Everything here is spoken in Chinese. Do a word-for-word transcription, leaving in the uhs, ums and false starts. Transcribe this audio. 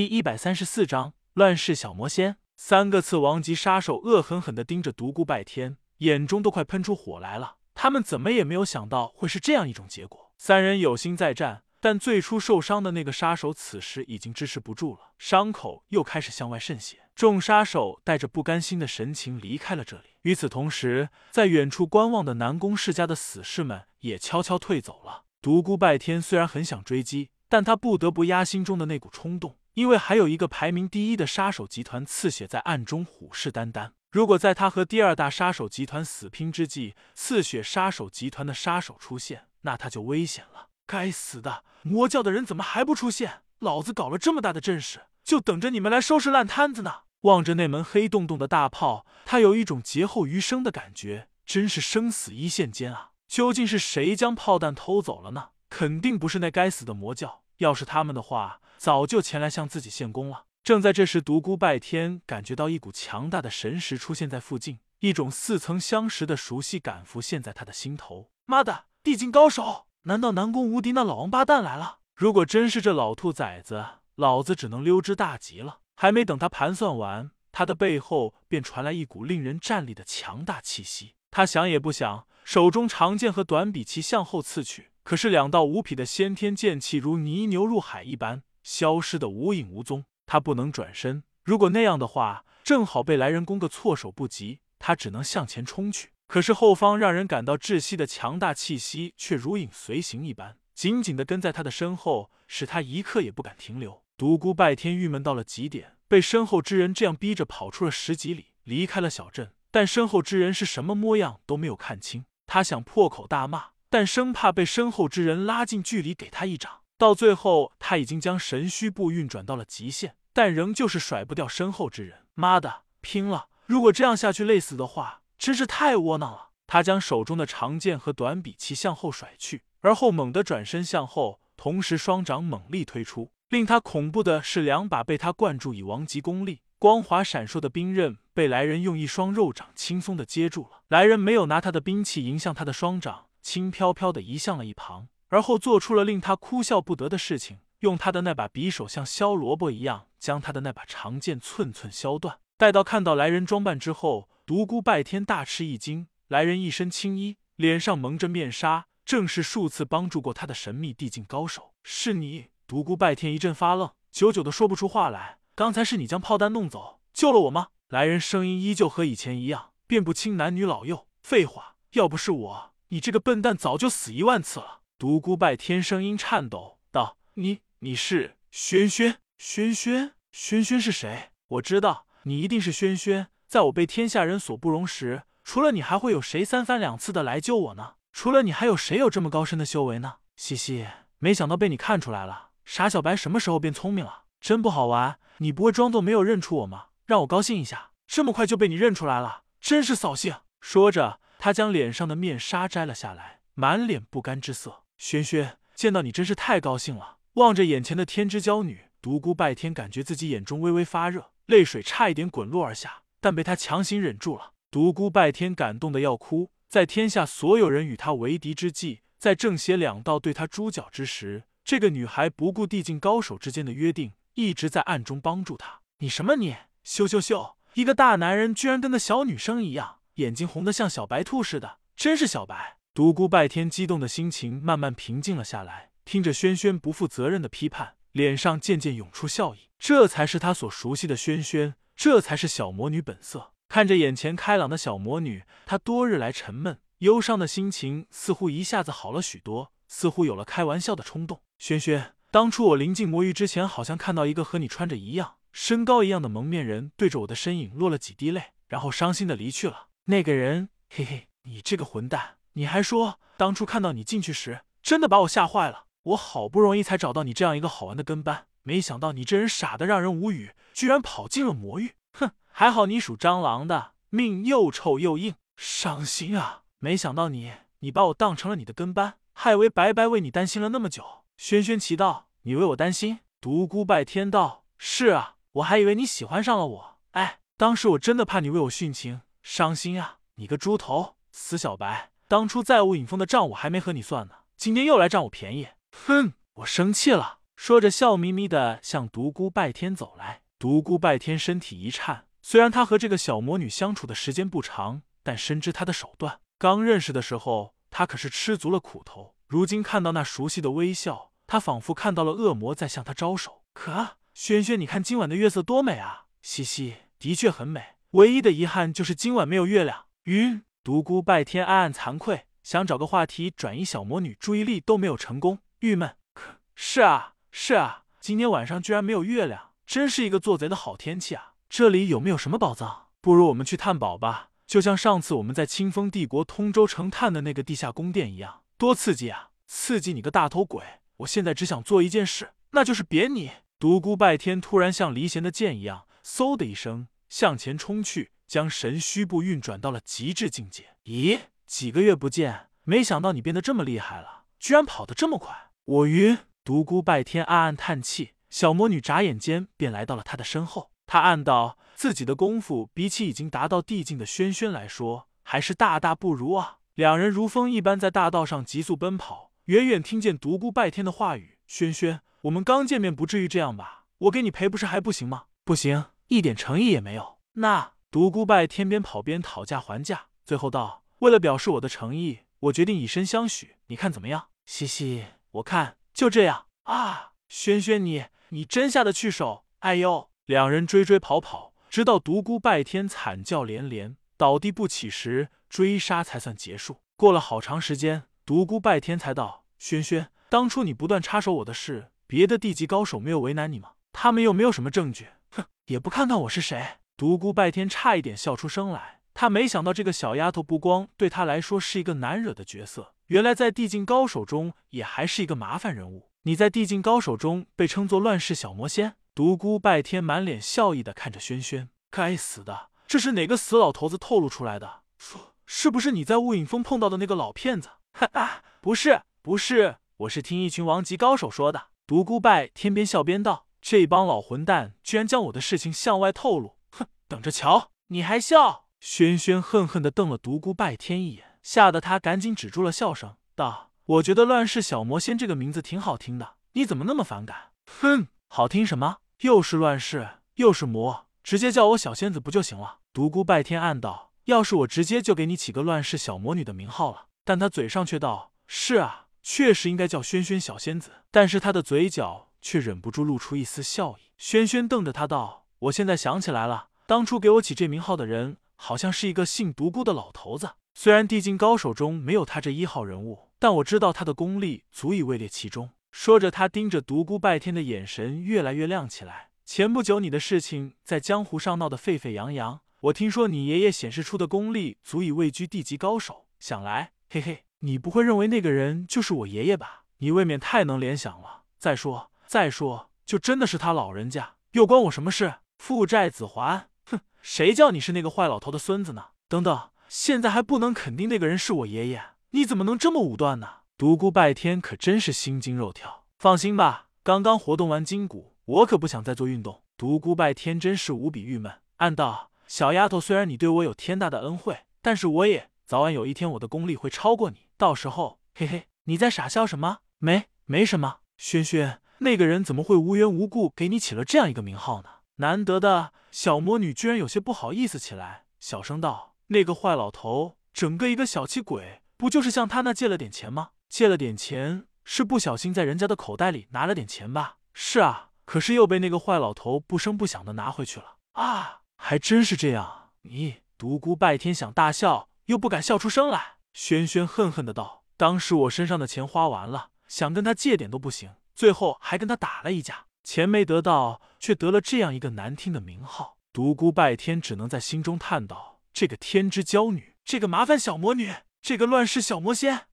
第一百三十四章乱世小魔仙。三个刺王级杀手恶狠狠地盯着独孤拜天，眼中都快喷出火来了。他们怎么也没有想到会是这样一种结果。三人有心再战，但最初受伤的那个杀手此时已经支持不住了，伤口又开始向外渗血。众杀手带着不甘心的神情离开了这里。与此同时，在远处观望的南宫世家的死士们也悄悄退走了。独孤拜天虽然很想追击，但他不得不压心中的那股冲动，因为还有一个排名第一的杀手集团刺血在暗中虎视眈眈。如果在他和第二大杀手集团死拼之际，刺血杀手集团的杀手出现，那他就危险了。该死的魔教的人怎么还不出现？老子搞了这么大的阵势，就等着你们来收拾烂摊子呢！望着那门黑洞洞的大炮，他有一种劫后余生的感觉，真是生死一线间啊！究竟是谁将炮弹偷走了呢？肯定不是那该死的魔教，要是他们的话，早就前来向自己献功了。正在这时，独孤拜天感觉到一股强大的神识出现在附近，一种似曾相识的熟悉感浮现在他的心头。妈的，地境高手！难道南宫无敌那老王八蛋来了？如果真是这老兔崽子，老子只能溜之大吉了。还没等他盘算完，他的背后便传来一股令人战栗的强大气息。他想也不想，手中长剑和短柄齐向后刺去，可是两道无匹的先天剑气如泥牛入海一般，消失得无影无踪。他不能转身，如果那样的话，正好被来人攻个措手不及，他只能向前冲去。可是后方让人感到窒息的强大气息却如影随形一般，紧紧地跟在他的身后，使他一刻也不敢停留。独孤拜天郁闷到了极点，被身后之人这样逼着跑出了十几里，离开了小镇，但身后之人是什么模样都没有看清。他想破口大骂，但生怕被身后之人拉近距离给他一掌。到最后，他已经将神虚步运转到了极限，但仍旧是甩不掉身后之人。妈的，拼了！如果这样下去累死的话，真是太窝囊了。他将手中的长剑和短柄齐向后甩去，而后猛地转身向后，同时双掌猛力推出。令他恐怖的是，两把被他灌注以王级功力、光滑闪烁的兵刃被来人用一双肉掌轻松的接住了。来人没有拿他的兵器迎向他的双掌，轻飘飘的移向了一旁，而后做出了令他哭笑不得的事情，用他的那把匕首像削萝卜一样将他的那把长剑寸寸削断。待到看到来人装扮之后，独孤拜天大吃一惊。来人一身青衣，脸上蒙着面纱，正是数次帮助过他的神秘地境高手。是你？独孤拜天一阵发愣，久久的说不出话来。刚才是你将炮弹弄走，救了我吗？来人声音依旧和以前一样，辨不清男女老幼。废话，要不是我，你这个笨蛋早就死一万次了。独孤拜天声音颤抖道：你你是轩轩？轩轩？轩轩是谁？我知道你一定是轩轩，在我被天下人所不容时，除了你还会有谁三番两次的来救我呢？除了你还有谁有这么高深的修为呢？嘻嘻，没想到被你看出来了。傻小白什么时候变聪明了？真不好玩，你不会装作没有认出我吗？让我高兴一下，这么快就被你认出来了，真是扫兴。说着，他将脸上的面纱摘了下来，满脸不甘之色。轩轩，见到你真是太高兴了。望着眼前的天之娇女，独孤拜天感觉自己眼中微微发热，泪水差一点滚落而下，但被他强行忍住了。独孤拜天感动的要哭，在天下所有人与他为敌之际，在正邪两道对他诛剿之时，这个女孩不顾地境高手之间的约定，一直在暗中帮助他。你什么你？羞羞羞！一个大男人居然跟个小女生一样，眼睛红得像小白兔似的，真是小白。独孤拜天激动的心情慢慢平静了下来，听着轩轩不负责任的批判，脸上渐渐涌出笑意。这才是他所熟悉的轩轩，这才是小魔女本色。看着眼前开朗的小魔女，他多日来沉闷忧伤的心情似乎一下子好了许多，似乎有了开玩笑的冲动。轩轩，当初我临近魔域之前，好像看到一个和你穿着一样身高一样的蒙面人对着我的身影落了几滴泪，然后伤心的离去了。那个人，嘿嘿，你这个混蛋，你还说当初看到你进去时真的把我吓坏了。我好不容易才找到你这样一个好玩的跟班，没想到你这人傻的让人无语，居然跑进了魔域。哼，还好你属蟑螂的，命又臭又硬。伤心啊，没想到你你把我当成了你的跟班，还以为白白为你担心了那么久。轩轩奇道：你为我担心？独孤拜天道：是啊，我还以为你喜欢上了我。哎，当时我真的怕你为我殉情，伤心啊！你个猪头，死小白！当初债务引风的账我还没和你算呢，今天又来占我便宜。哼，我生气了。 说着笑眯眯的向独孤拜天走来。独孤拜天身体一颤，虽然他和这个小魔女相处的时间不长，但深知她的手段。刚认识的时候，他可是吃足了苦头，如今看到那熟悉的微笑，他仿佛看到了恶魔在向他招手。可轩轩，你看今晚的月色多美啊！嘻嘻，的确很美，唯一的遗憾就是今晚没有月亮。晕！独孤拜天暗暗惭愧，想找个话题转移小魔女注意力都没有成功，郁闷。可是啊，是啊，今天晚上居然没有月亮，真是一个做贼的好天气啊！这里有没有什么宝藏？不如我们去探宝吧，就像上次我们在清风帝国通州城探的那个地下宫殿一样，多刺激啊！刺激你个大头鬼！我现在只想做一件事，那就是扁你！独孤拜天突然像离弦的箭一样，嗖的一声向前冲去，将神虚步运转到了极致境界。咦，几个月不见，没想到你变得这么厉害了，居然跑得这么快！我晕！独孤拜天暗暗叹气，小魔女眨眼间便来到了他的身后。他暗道自己的功夫比起已经达到地境的轩轩来说，还是大大不如啊！两人如风一般在大道上急速奔跑，远远听见独孤拜天的话语：“轩轩，我们刚见面，不至于这样吧？我给你赔不是还不行吗？”“不行，一点诚意也没有。”那独孤拜天边跑边讨价还价，最后道：“为了表示我的诚意，我决定以身相许，你看怎么样？”“嘻嘻，我看就这样啊！”“轩轩你，你真下得去手？哎呦！”两人追追跑跑，直到独孤拜天惨叫连连，倒地不起时，追杀才算结束。过了好长时间，独孤拜天才道：“轩轩，当初你不断插手我的事，别的地级高手没有为难你吗？他们又没有什么证据，哼，也不看看我是谁。”独孤拜天差一点笑出声来，他没想到这个小丫头不光对他来说是一个难惹的角色，原来在地境高手中也还是一个麻烦人物。你在地境高手中被称作乱世小魔仙？独孤拜天满脸笑意的看着轩轩，该死的，这是哪个死老头子透露出来的？说是不是你在雾隐峰碰到的那个老骗子？哈哈，不是，不是，我是听一群王级高手说的。独孤拜天边笑边道：“这帮老混蛋居然将我的事情向外透露，哼，等着瞧！”你还笑？轩轩恨恨的瞪了独孤拜天一眼，吓得他赶紧止住了笑声，道：“我觉得乱世小魔仙这个名字挺好听的，你怎么那么反感？”“哼，好听什么？又是乱世，又是魔，直接叫我小仙子不就行了？”独孤拜天暗道：“要是我直接就给你起个乱世小魔女的名号了。”但他嘴上却道：“是啊，确实应该叫轩轩小仙子。”但是他的嘴角却忍不住露出一丝笑意。轩轩瞪着他道：“我现在想起来了，当初给我起这名号的人，好像是一个姓独孤的老头子。虽然地境高手中没有他这一号人物，但我知道他的功力足以位列其中。”说着，他盯着独孤拜天的眼神越来越亮起来。前不久你的事情在江湖上闹得沸沸扬扬，我听说你爷爷显示出的功力足以位居地级高手，想来，嘿嘿，你不会认为那个人就是我爷爷吧？你未免太能联想了。再说，再说，就真的是他老人家，又关我什么事？父债子还，哼，谁叫你是那个坏老头的孙子呢？等等，现在还不能肯定那个人是我爷爷，你怎么能这么武断呢？独孤拜天可真是心惊肉跳。放心吧，刚刚活动完筋骨，我可不想再做运动。独孤拜天真是无比郁闷，暗道：小丫头，虽然你对我有天大的恩惠，但是我也早晚有一天我的功力会超过你，到时候，嘿嘿，你在傻笑什么？没，没什么。轩轩，那个人怎么会无缘无故给你起了这样一个名号呢？难得的小魔女居然有些不好意思起来，小声道：那个坏老头，整个一个小气鬼，不就是向他那借了点钱吗？借了点钱，是不小心在人家的口袋里拿了点钱吧？是啊，可是又被那个坏老头不声不响的拿回去了。啊，还真是这样。你独孤拜天想大笑，又不敢笑出声来。轩轩恨恨的道：当时我身上的钱花完了，想跟他借点都不行，最后还跟他打了一架，钱没得到，却得了这样一个难听的名号。独孤拜天只能在心中叹道：这个天之骄女，这个麻烦小魔女，这个乱世小魔仙。